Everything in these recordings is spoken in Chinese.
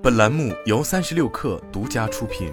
本栏目由36氪独家出品。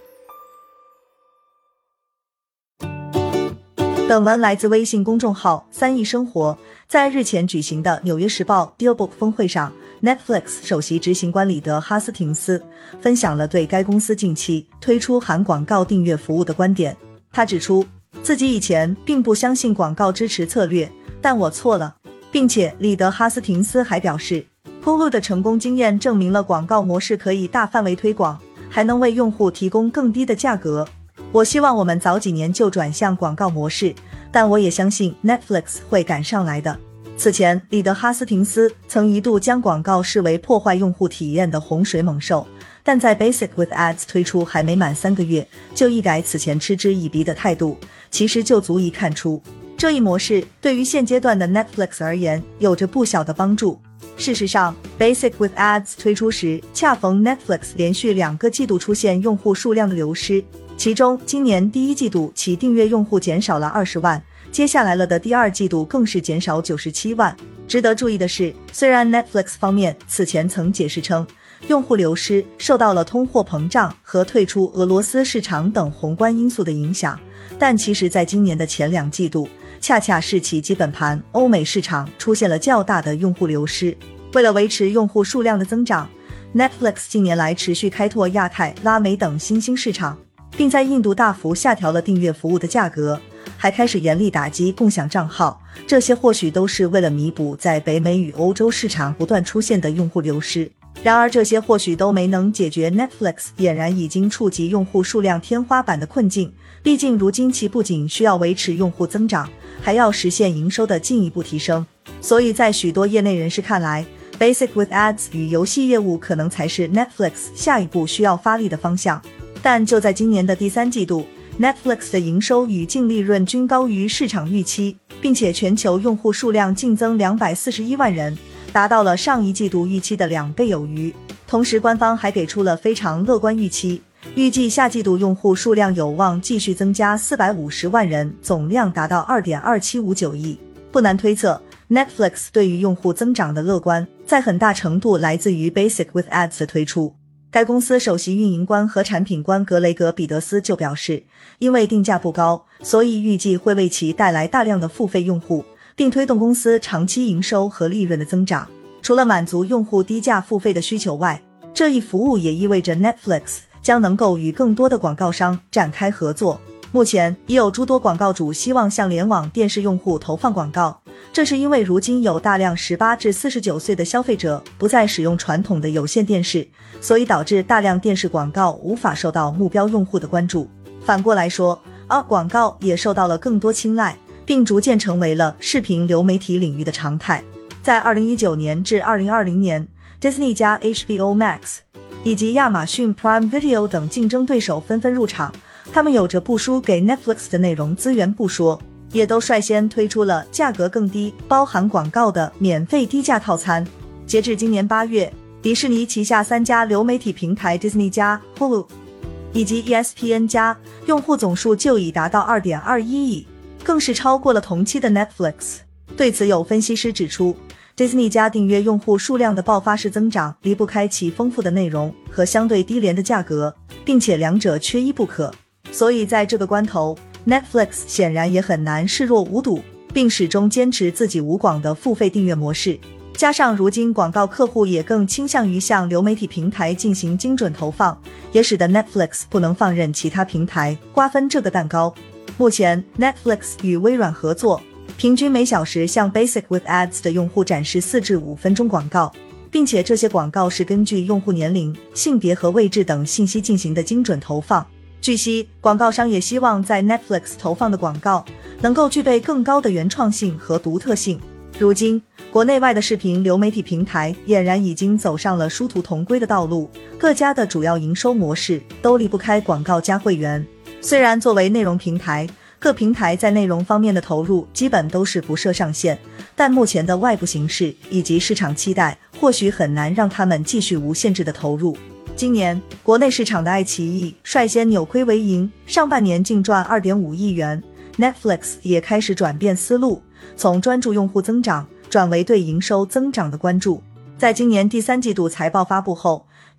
本文来自微信公众号3亿生活。在日前举行的纽约时报 Dealbook 峰会上， Netflix 首席执行官里德·哈斯廷斯分享了对该公司近期推出含广告订阅服务的观点。他指出，自己以前并不相信广告支持策略，但我错了。并且里德·哈斯廷斯还表示， Hulu 的成功经验证明了广告模式可以大范围推广，还能为用户提供更低的价格。我希望我们早几年就转向广告模式，但我也相信 Netflix 会赶上来的。此前，里德·哈斯廷斯曾一度将广告视为破坏用户体验的洪水猛兽，但在 Basic with Ads 推出还没满3个月就一改此前嗤之以鼻的态度，其实就足以看出这一模式对于现阶段的 Netflix 而言有着不小的帮助。事实上， Basic with Ads 推出时恰逢 Netflix 连续2个季度出现用户数量的流失，其中今年第1季度其订阅用户减少了20万，接下来了的第2季度更是减少97万。值得注意的是，虽然 Netflix 方面此前曾解释称用户流失受到了通货膨胀和退出俄罗斯市场等宏观因素的影响，但其实在今年的前2季度恰恰是其基本盘欧美市场出现了较大的用户流失。为了维持用户数量的增长， Netflix 近年来持续开拓亚太、拉美等新兴市场，并在印度大幅下调了订阅服务的价格，还开始严厉打击共享账号，这些或许都是为了弥补在北美与欧洲市场不断出现的用户流失。然而这些或许都没能解决 Netflix 俨然已经触及用户数量天花板的困境，毕竟如今其不仅需要维持用户增长，还要实现营收的进一步提升。所以在许多业内人士看来， Basic with Ads 与游戏业务可能才是 Netflix 下一步需要发力的方向。但就在今年的第3季度， Netflix 的营收与净利润均高于市场预期，并且全球用户数量净增241万人，达到了上一季度预期的2倍有余。同时官方还给出了非常乐观预期，预计下季度用户数量有望继续增加450万人，总量达到 2.2759 亿。不难推测， Netflix 对于用户增长的乐观在很大程度来自于 Basic with Ads 的推出。该公司首席运营官和产品官格雷格·彼得斯就表示，因为定价不高，所以预计会为其带来大量的付费用户，并推动公司长期营收和利润的增长。除了满足用户低价付费的需求外，这一服务也意味着 Netflix 将能够与更多的广告商展开合作。目前已有诸多广告主希望向联网电视用户投放广告，这是因为如今有大量18至49岁的消费者不再使用传统的有线电视，所以导致大量电视广告无法受到目标用户的关注。反过来说，广告也受到了更多青睐，并逐渐成为了视频流媒体领域的常态。在2019年至2020年 Disney 加 HBO Max 以及亚马逊 Prime Video 等竞争对手纷纷入场，他们有着不输给 Netflix 的内容资源不说，也都率先推出了价格更低、包含广告的免费低价套餐。截至今年8月，迪士尼旗下3家流媒体平台 Disney 加 Hulu 以及 ESPN 加用户总数就已达到 2.21 亿，更是超过了同期的 Netflix。 对此有分析师指出， Disney 加订阅用户数量的爆发式增长离不开其丰富的内容和相对低廉的价格，并且两者缺一不可。所以在这个关头， Netflix 显然也很难视若无睹，并始终坚持自己无广的付费订阅模式。加上如今广告客户也更倾向于向流媒体平台进行精准投放，也使得 Netflix 不能放任其他平台瓜分这个蛋糕。目前 Netflix 与微软合作，平均每小时向 Basic with Ads 的用户展示4至5分钟广告，并且这些广告是根据用户年龄、性别和位置等信息进行的精准投放。据悉，广告商也希望在 Netflix 投放的广告能够具备更高的原创性和独特性。如今，国内外的视频流媒体平台俨然已经走上了殊途同归的道路，各家的主要营收模式都离不开广告加会员。虽然作为内容平台，各平台在内容方面的投入基本都是不设上限，但目前的外部形势以及市场期待或许很难让他们继续无限制的投入。今年国内市场的爱奇艺率先扭亏为盈，上半年净赚 2.5 亿元， Netflix 也开始转变思路，从专注用户增长转为对营收增长的关注。在今年第3季度财报发布后，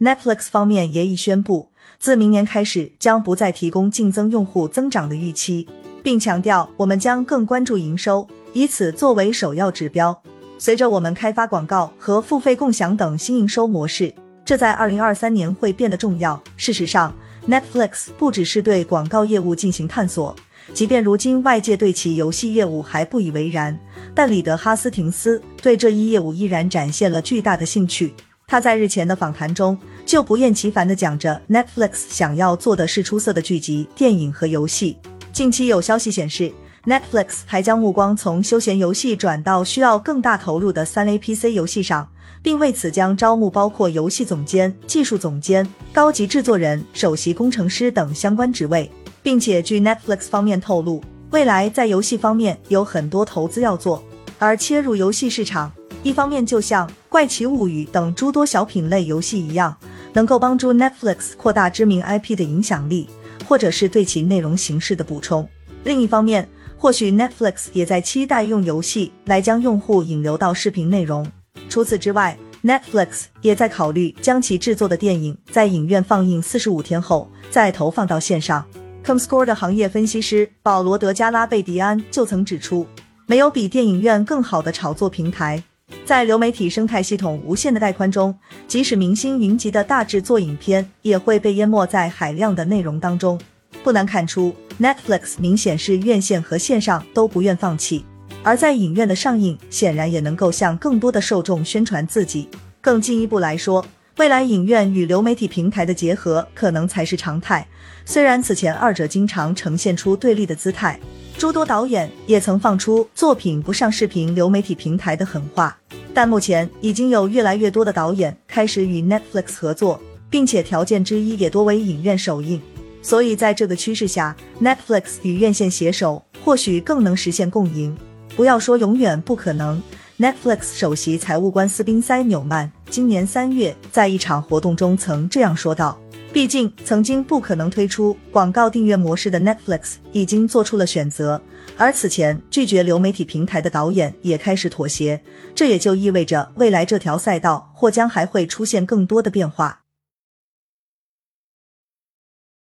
Netflix 方面也已宣布，自明年开始将不再提供净增用户增长的预期，并强调我们将更关注营收，以此作为首要指标。随着我们开发广告和付费共享等新营收模式，这在2023年会变得重要。事实上， Netflix 不只是对广告业务进行探索，即便如今外界对其游戏业务还不以为然，但里德哈斯廷斯对这一业务依然展现了巨大的兴趣。他在日前的访谈中就不厌其烦地讲着 Netflix 想要做的是出色的剧集、电影和游戏。近期有消息显示， Netflix 还将目光从休闲游戏转到需要更大投入的 3A PC 游戏上，并为此将招募包括游戏总监、技术总监、高级制作人、首席工程师等相关职位，并且据 Netflix 方面透露，未来在游戏方面有很多投资要做。而切入游戏市场，一方面就像怪奇物语等诸多小品类游戏一样，能够帮助 Netflix 扩大知名 IP 的影响力，或者是对其内容形式的补充。另一方面，或许 Netflix 也在期待用游戏来将用户引流到视频内容。除此之外， Netflix 也在考虑将其制作的电影在影院放映45天后再投放到线上。 Comscore 的行业分析师保罗德加拉贝迪安就曾指出，没有比电影院更好的炒作平台。在流媒体生态系统无限的带宽中，即使明星云集的大制作影片也会被淹没在海量的内容当中。不难看出， Netflix 明显是院线和线上都不愿放弃，而在影院的上映显然也能够向更多的受众宣传自己。更进一步来说，未来影院与流媒体平台的结合可能才是常态，虽然此前二者经常呈现出对立的姿态。诸多导演也曾放出作品不上视频流媒体平台的狠话，但目前已经有越来越多的导演开始与 Netflix 合作，并且条件之一也多为影院首映。所以在这个趋势下， Netflix 与院线携手或许更能实现共赢。不要说永远不可能， Netflix 首席财务官斯宾塞纽曼今年3月在一场活动中曾这样说道，毕竟曾经不可能推出广告订阅模式的 Netflix 已经做出了选择，而此前拒绝流媒体平台的导演也开始妥协，这也就意味着未来这条赛道或将还会出现更多的变化。